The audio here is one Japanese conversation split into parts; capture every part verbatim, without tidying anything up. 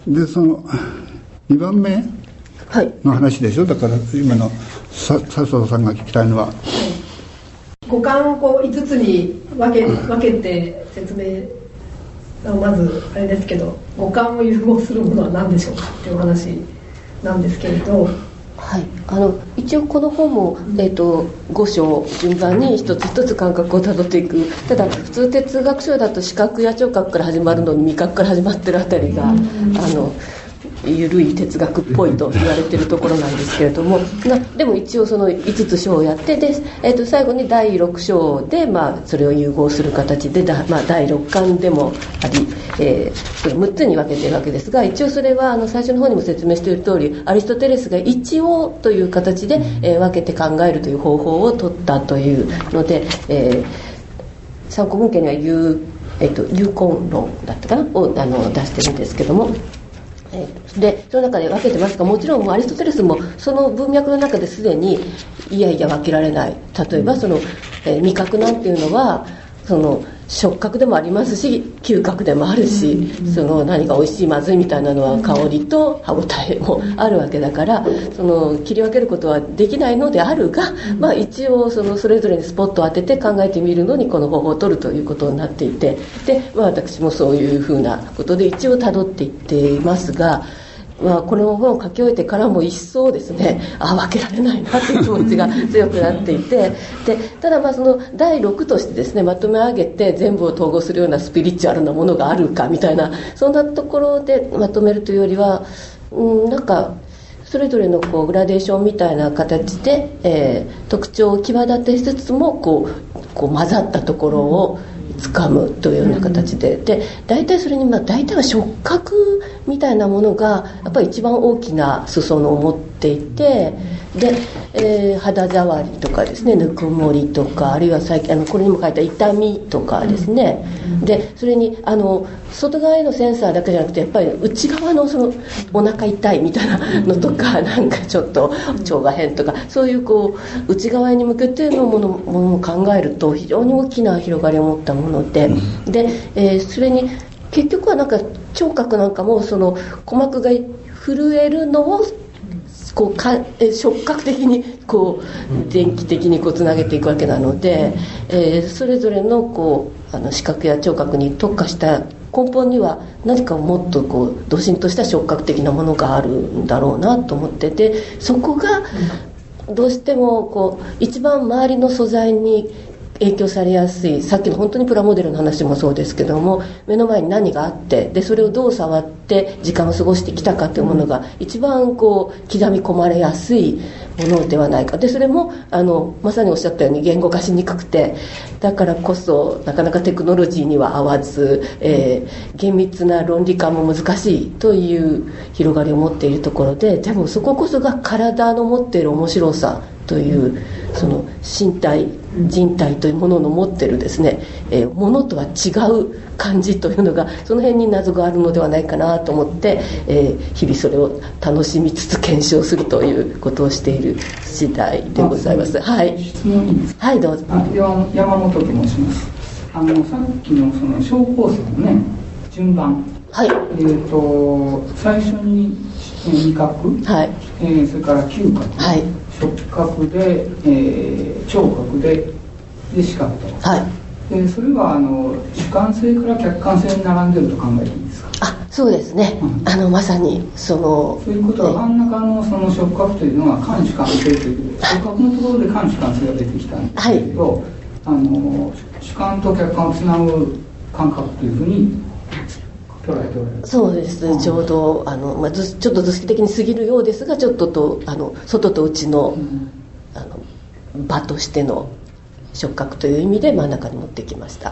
でそのにばんめの話でしょ、はい、だから今の佐藤さんが聞きたいのは、はい、 五感をこういつつに分け、分けて説明まずあれですけど、五感を融合するものは何でしょうかっていう話なんですけれど、 はい、あの一応この本も、えー、とご章順番に一つ一つ感覚をたどっていく。ただ普通哲学書だと視覚や聴覚から始まるのに味覚から始まってるあたりが、あの緩い哲学っぽいと言われているところなんですけれども、なでも一応そのいつつ章をやってで、えー、と最後にだいろく章で、まあ、それを融合する形でだ、まあ、だいろっかんでもあり、えー、それむっつに分けているわけですが、一応それはあの最初の方にも説明している通り、アリストテレスが一応という形で、えー、分けて考えるという方法を取ったというので、えー、参考文献には有、えー、と有根論だったかなをあの出してるんですけども、でその中で分けてますが、もちろんアリストテレスもその文脈の中ですでにいやいや分けられない。例えばその、えー、味覚なんていうのはその触覚でもありますし嗅覚でもあるし、その何が美味しいまずいみたいなのは香りと歯ごたえもあるわけだから、その切り分けることはできないのであるが、まあ、一応そのそれぞれにスポットを当てて考えてみるのにこの方法を取るということになっていて、で、まあ、私もそういうふうなことで一応たどっていっていますが、まあ、この本を書き終えてからも一層ですね、あ分けられないなという気持ちが強くなっていて、でただまあそのだいろくとしてですね、まとめ上げて全部を統合するようなスピリチュアルなものがあるかみたいな、そんなところでまとめるというよりは、うん、なんかそれぞれのこうグラデーションみたいな形で、えー、特徴を際立てしつつもこう、こう混ざったところを掴むというような形で、で大体それに、まあ、大体は触覚みたいなものがやっぱり一番大きな裾野を持っていて、で、えー、肌触りとかですね、ぬくもりとか、あるいは最近あのこれにも書いた痛みとかですね、でそれにあの外側へのセンサーだけじゃなくてやっぱり内側のそのお腹痛いみたいなのとか、なんかちょっと腸が変とか、そういうこう内側に向けてのもの、ものを考えると非常に大きな広がりを持ったもので、で、えー、それに結局はなんか聴覚なんかもその鼓膜が震えるのをこうか触覚的にこう電気的にこうつなげていくわけなので、えー、それぞれのこうあの視覚や聴覚に特化した根本には何かもっとこうドシンとした触覚的なものがあるんだろうなと思ってて、そこがどうしてもこう一番周りの素材に影響されやすい、さっきの本当にプラモデルの話もそうですけども、目の前に何があって、でそれをどう触って時間を過ごしてきたかというものが一番こう刻み込まれやすいものではないか。でそれもあのまさにおっしゃったように言語化しにくくて、だからこそなかなかテクノロジーには合わず、えー、厳密な論理観も難しいという広がりを持っているところで、でもそここそが体の持っている面白さというその身体人体というものの持っているですね、えー、ものとは違う感じというのがその辺に謎があるのではないかなと思って、えー、日々それを楽しみつつ検証するということをしている次第でございます。はい、 質問いいですか。 はい、どうぞ。 あ、山本と申します。あのさっきのその小構成のね順番、 はい、えーと最初に味覚、はい、えー、それから嗅覚、はい、触覚で、えー、聴覚で、で視覚と、はい、でそれはあの主観性から客観性に並んでると考えていいですか。 あ、そうですね、うん、あのまさにそのということは、真ん中のその触覚というのは感主観性ということで、触覚のところで感主観性が出てきたんですけど、はい、あの主観と客観をつなぐ感覚というふうにそうです、うん、ちょうどあの、まあ、ちょっと図式的に過ぎるようですが、ちょっととあの外と内の、うん、あの場としての触覚という意味で真ん中に持ってきました。はい、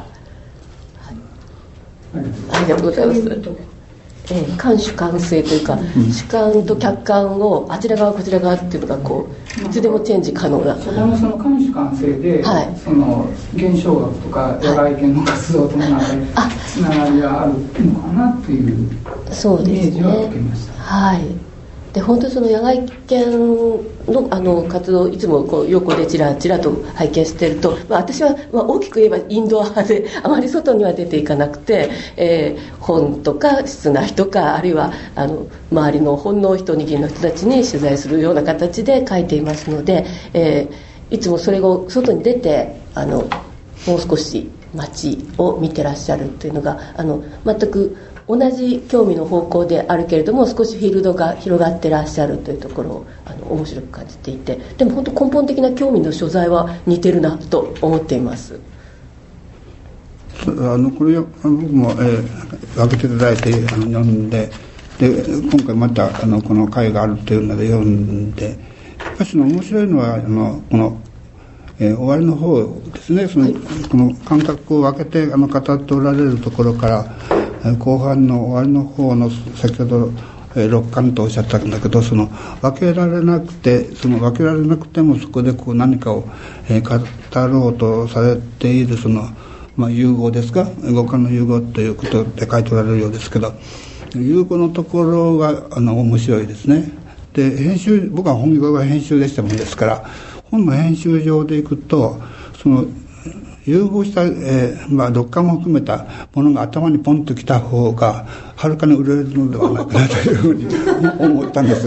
ありがとうございます。えー、感主観性というか、うん、主観と客観をあちら側こちら側っていうのがこういつでもチェンジ可能な、 そこのその感主観性で、はい、その現象学とか野外見の活動との中でつながりがあるのかなっていうイメージは受けました。 はい、 で本当にその野外研の、あの活動いつもこう横でちらちらと拝見していると、まあ、私は、まあ、大きく言えばインドア派であまり外には出ていかなくて、えー、本とか室内とかあるいはあの周りのほんの一握りの人たちに取材するような形で書いていますので、えー、いつもそれを外に出てあのもう少し街を見てらっしゃるというのがあの全く同じ興味の方向であるけれども少しフィールドが広がってらっしゃるというところをあの面白く感じていて、でも本当根本的な興味の所在は似てるなと思っています。 あのこれあの僕も、えー、分けていただいてあの読んで、で今回またあのこの会があるというので読んで、やっぱりその面白いのはあのこの、えー、終わりの方ですね。その、はい、この感覚を分けてあの語っておられるところから後半の終わりの方の先ほどろっかんとおっしゃったんだけど、その分けられなくてその分けられなくてもそこでこう何かを、えー、語ろうとされているその、まあ、融合ですか、五感の融合ということで書いておられるようですけど、融合のところがあの面白いですね。で編集、僕は本業が編集でしたもんですから本の編集上でいくとその融合した、えーまあ、六感も含めたものが頭にポンときた方がはるかに売れるのではないかなというふうに思ったんです。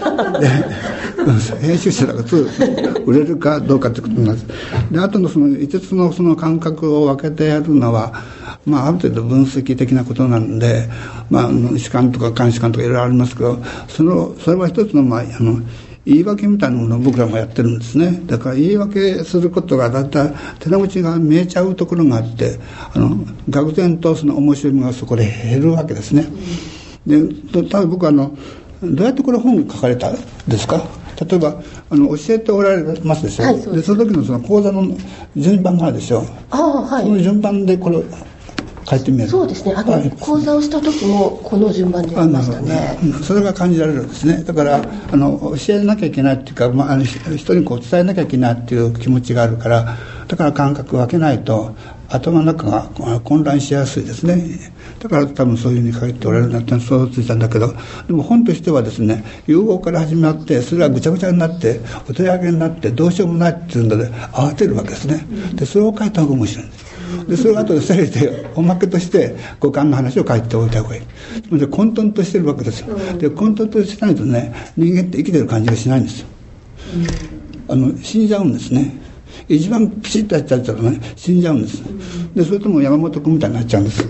で編集者だから売れるかどうかということなんです。であとのそのいつつのその感覚を分けてやるのは、まあ、ある程度分析的なことなんで、まあ、主観とか監視観とかいろいろありますけど、そのそれは一つの、まあ、あの言い訳みたいなものを僕らもやってるんですね。だから言い訳することがだいたい手の内が見えちゃうところがあって、あの愕然とその面白みがそこで減るわけですね。でただ僕はあのどうやってこれ本書かれたんですか。例えばあの教えておられますでしょ、はい、そでその時のその講座の順番があるでしょ。 あ、はい、 その順番でこれ書いてみる。 そうですね。あの、はい、講座をした時もこの順番でやりましたね。 それが感じられるんですね。だからあの教えなきゃいけないっていうか、まあ、あの人にこう伝えなきゃいけないっていう気持ちがあるから、だから感覚を分けないと頭の中が混乱しやすいですね。だから多分そういうふうに書いておられるなって想像ついたんだけど、でも本としてはですね、融合から始まってそれがぐちゃぐちゃになってお手上げになってどうしようもないっていうので慌てるわけですね。でそれを書いた方が面白いんです。でそれを後で整理しておまけとして五感の話を書いておいた方がいい。で混沌としてるわけですよ。で混沌としてないとね、人間って生きてる感じがしないんですよ。あの死んじゃうんですね。一番ピシッとやっちゃったらね、死んじゃうんです。でそれとも山本君みたいになっちゃうんですね。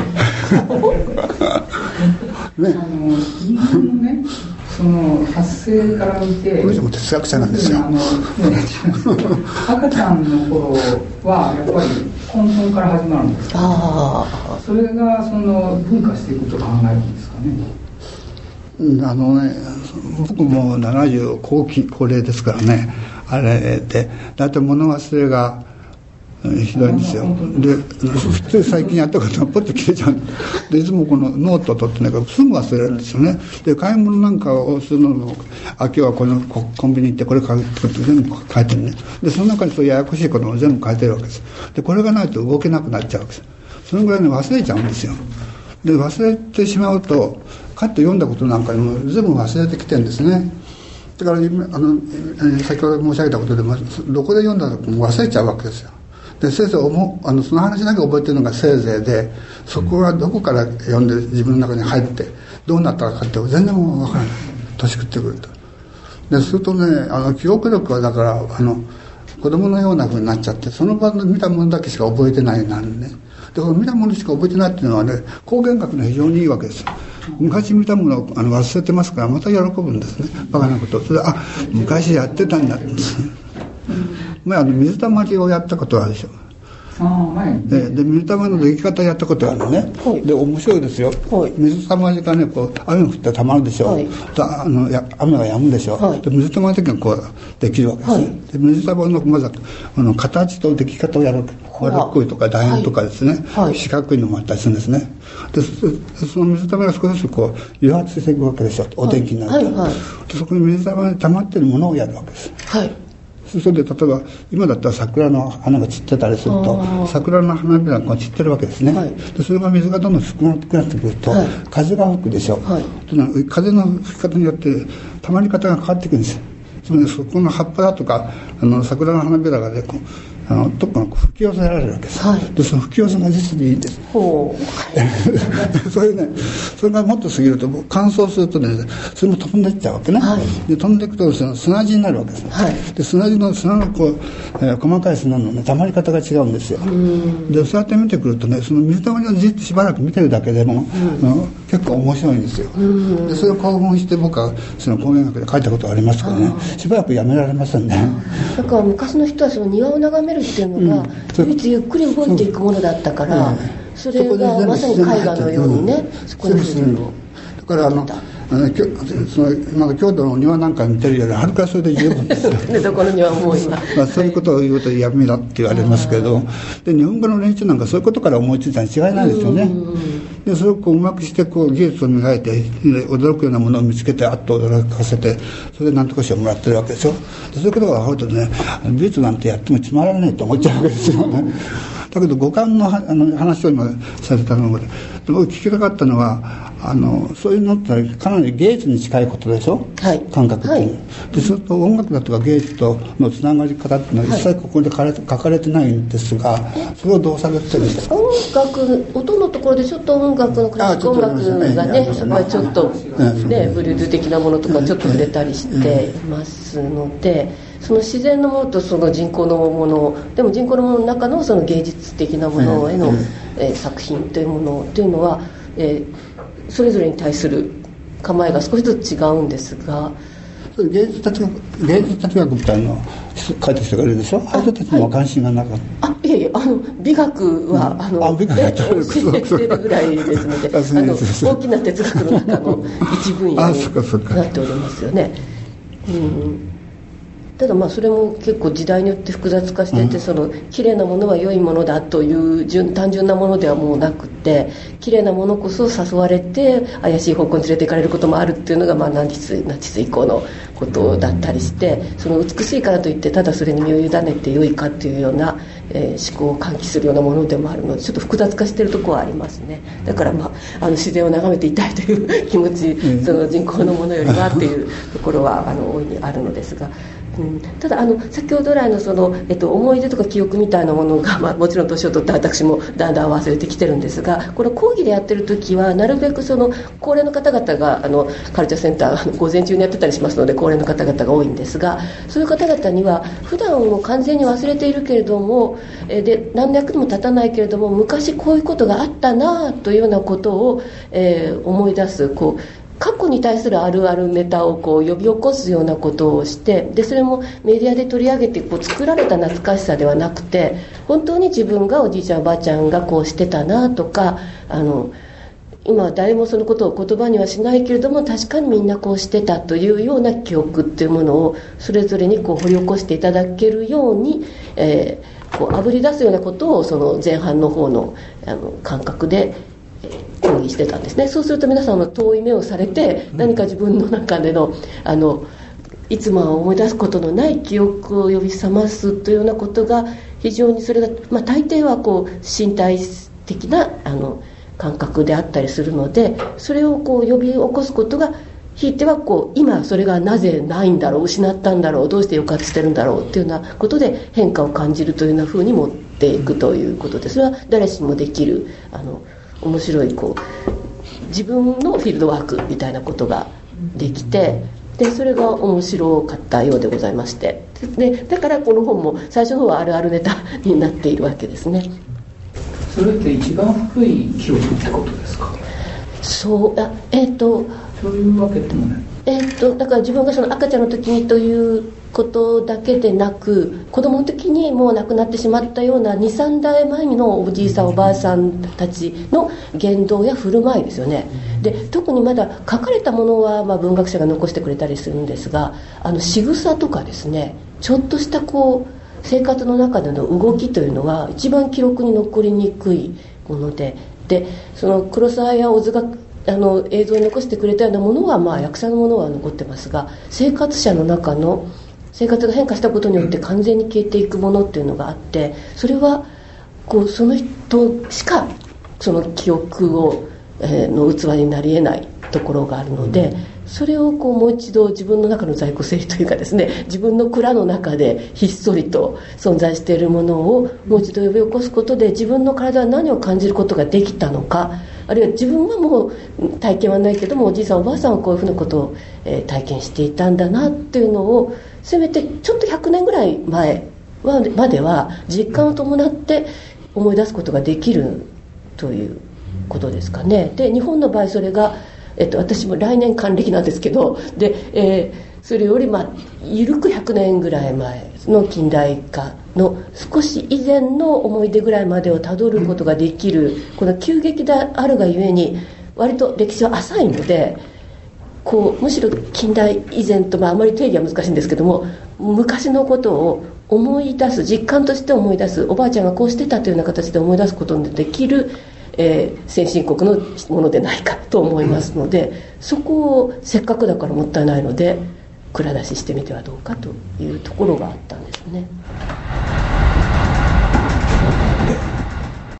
あの人間のね、その発生から見て、 この人も哲学者なんですよ。あの、ね、 赤ちゃんの頃はやっぱり根本から始まるんですか。あ、それがその分化していくと考えるんですかね。 あのね、僕もななじゅう後期高齢ですからね、あれでだいたい物忘れがひどいんですよ。で普通最近やったことがポッと消えちゃう。でいつもこのノートを取ってね、すぐ忘れるんですよね。で買い物なんかをするのも、あ今日はこのコンビニ行ってこれ買うってこと全部書いてるね。でその中にそういうややこしいことも全部書いてるわけです。でこれがないと動けなくなっちゃうわけです。そのぐらいね忘れちゃうんですよ。で忘れてしまうとかっと読んだことなんかにも全部忘れてきてるんですね。だからあの先ほど申し上げたことでもどこで読んだかも忘れちゃうわけですよ。で先生思うあのその話だけ覚えてるのがせいぜいで、そこがどこから読んで自分の中に入ってどうなったかって全然もう分からない、年食ってくると。でするとね、あの記憶力はだからあの子供のような風になっちゃって、その場で見たものだけしか覚えてないなんでね。でこの見たものしか覚えてないっていうのはね、光源学の非常にいいわけですよ。昔見たものをあの忘れてますからまた喜ぶんですね、バカなことを。それであ昔やってたんだってですね。前あの水たまりをやったことはあるでしょ。 あ前にで, で水たまりの出来方やったことあるのね、はい、で面白いですよ、はい、水たまりがねこう雨が降ってたまるでしょ、はい、あのや雨が止むでしょ、はい、で水たまりの時がこうできるわけですね、はい、で水たまりのまずあの形と出来方をやる、丸っこいとか楕円とかですね、はい、四角いのもあったりするんですね。で そ, その水たまりが少しずつこう油発していくわけでしょ、お天気になると、はいはいはい、でそこに水たまりに溜まってるものをやるわけです、はい、 それで例えば今だったら桜の花が散ってたりすると桜の花びらが散ってるわけですね、はい、でそれが水がどんどん少なくなってくると、はい、風が吹くでしょ、はい、風の吹き方によって溜まり方が変わっていくんです。つまりそこの葉っぱだとかあの桜の花びらがねこうあのどっか吹き寄せられるわけです、はい、でその吹き寄せが実にいいんです。ほうそれねそれがもっと過ぎると乾燥するとねそれも飛んでいっちゃうわけね、はい、で飛んでいくとその砂地になるわけです、はい、で砂地の砂のこう、えー、細かい砂の、ね、溜まり方が違うんですよ。でそうやって見てくるとねその水たまりをじっとしばらく見てるだけでも、うん、あの結構面白いんですよ。でそれを興奮して僕はその工芸学で書いたことがありますからねしばらくやめられませんね。 だから昔の人はその庭を眺めるっていうのが、うん、唯一ゆっくり動いていくものだったから、それがまさに絵画のようにね、そこにするのだからあのあのその今の京都の庭なんか見てるよりはるかそれで十分ですよでどこの庭も今、 まあ、そういうことを言うと闇だって言われますけど、で日本語の練習なんかそういうことから思いついたに違いないですよね。でそれをこううまくしてこう技術を磨いて驚くようなものを見つけてあっと驚かせてそれで何とか賞をもらってるわけでしょ。でそういうことが分かるとね美術なんてやってもつまらないと思っちゃうわけですよねだけど五感 の, あの話を今されたので僕聞きたかったのはあのそういうのってかなり芸術に近いことでしょ、はい、感覚っていう、はい、でそれと音楽だとか芸術とのつながり方っていうのは一切ここで書かれて、書かれてないんですがそれをどうされてるんですか。 音楽音のところでちょっと音楽のクラシック音楽がねそこはちょっとねブルーズ的なものとかちょっと触れたりしていますので、その自然のものとその人工のものでも人工のものの中のその芸術的なものへの、えー、作品というものというのは、えー、それぞれに対する構えが少しずつ違うんですが、 芸術哲学芸術哲学みたいなのを書いてきてくれるでしょ。あれたちも関心がなかった。 あ、いやいやあの美学は、うん、あのあ美学やってるしてるぐらいですのであの大きな哲学の中の一分野になっておりますよね。うんただまあそれも結構時代によって複雑化していて、うん、その綺麗なものは良いものだという純単純なものではもうなくて綺麗なものこそ誘われて怪しい方向に連れて行かれることもあるっていうのがまあナチス、ナチス以降のことだったりしてその美しいからといってただそれに身を委ねて良いかっていうような、えー、思考を喚起するようなものでもあるのでちょっと複雑化しているところはありますね。だからまああの自然を眺めていたいという気持ち、うん、その人工のものよりはっていうところはあの大いにあるのですがうん、ただあの先ほど来のその、えっと、思い出とか記憶みたいなものが、まあ、もちろん年を取って私もだんだん忘れてきてるんですがこの講義でやってる時はなるべくその高齢の方々があのカルチャーセンター午前中にやってたりしますので高齢の方々が多いんですがそういう方々には普段を完全に忘れているけれどもえで何の役にも立たないけれども昔こういうことがあったなというようなことを、えー、思い出すこう過去に対するあるあるネタをこう呼び起こすようなことをしてでそれもメディアで取り上げてこう作られた懐かしさではなくて本当に自分がおじいちゃんおばあちゃんがこうしてたなとかあの今は誰もそのことを言葉にはしないけれども確かにみんなこうしてたというような記憶っていうものをそれぞれにこう掘り起こしていただけるように、えー、こうあぶり出すようなことをその前半の方の、あの感覚で講義してたんですね。そうすると皆さんの遠い目をされて何か自分の中でのあのいつもは思い出すことのない記憶を呼び覚ますというようなことが非常にそれが、まあ、大抵はこう身体的なあの感覚であったりするのでそれをこう呼び起こすことがひいてはこう今それがなぜないんだろう失ったんだろうどうして抑圧してるんだろうっていうようなことで変化を感じるというような風に持っていくということでそれは誰しもできるあの面白いこう自分のフィールドワークみたいなことができてでそれが面白かったようでございましてでだからこの本も最初の方はあるあるネタになっているわけですね。 それって一番古い記憶ってことですか。 そうあえっ、ー、とそういうわけでもないえー、とだから自分がその赤ちゃんの時にということだけでなく子供の時にもう亡くなってしまったような にさんだいまえのおじいさんおばあさんたちの言動や振る舞いですよね。で特にまだ書かれたものは、まあ、文学者が残してくれたりするんですがあの仕草とかですねちょっとしたこう生活の中での動きというのは一番記録に残りにくいものででその黒沢や小津があの映像に残してくれたようなものは、まあ、役者のものは残ってますが生活者の中の生活が変化したことによって完全に消えていくものっていうのがあって、それはこうその人しかその記憶を、えー、の器になり得ないところがあるので、それをこうもう一度自分の中の在庫整理というかですね、自分の蔵の中でひっそりと存在しているものをもう一度呼び起こすことで、自分の体は何を感じることができたのか、あるいは自分はもう体験はないけどもおじいさんおばあさんはこういうふうなことを、えー、体験していたんだなっていうのを、せめてちょっとひゃくねんぐらい前はまでは実感を伴って思い出すことができるということですかね。で日本の場合それが、えっと、私も来年還暦なんですけど、で、えー、それよりまあ緩くひゃくねんぐらい前の近代化の少し以前の思い出ぐらいまでをたどることができる、この急激であるがゆえに割と歴史は浅いので、こうむしろ近代以前と、まあ、あまり定義は難しいんですけども、昔のことを思い出す、実感として思い出す、おばあちゃんがこうしてたというような形で思い出すことのできる、えー、先進国のものでないかと思いますので、そこをせっかくだからもったいないので蔵出ししてみてはどうかというところがあったんですね。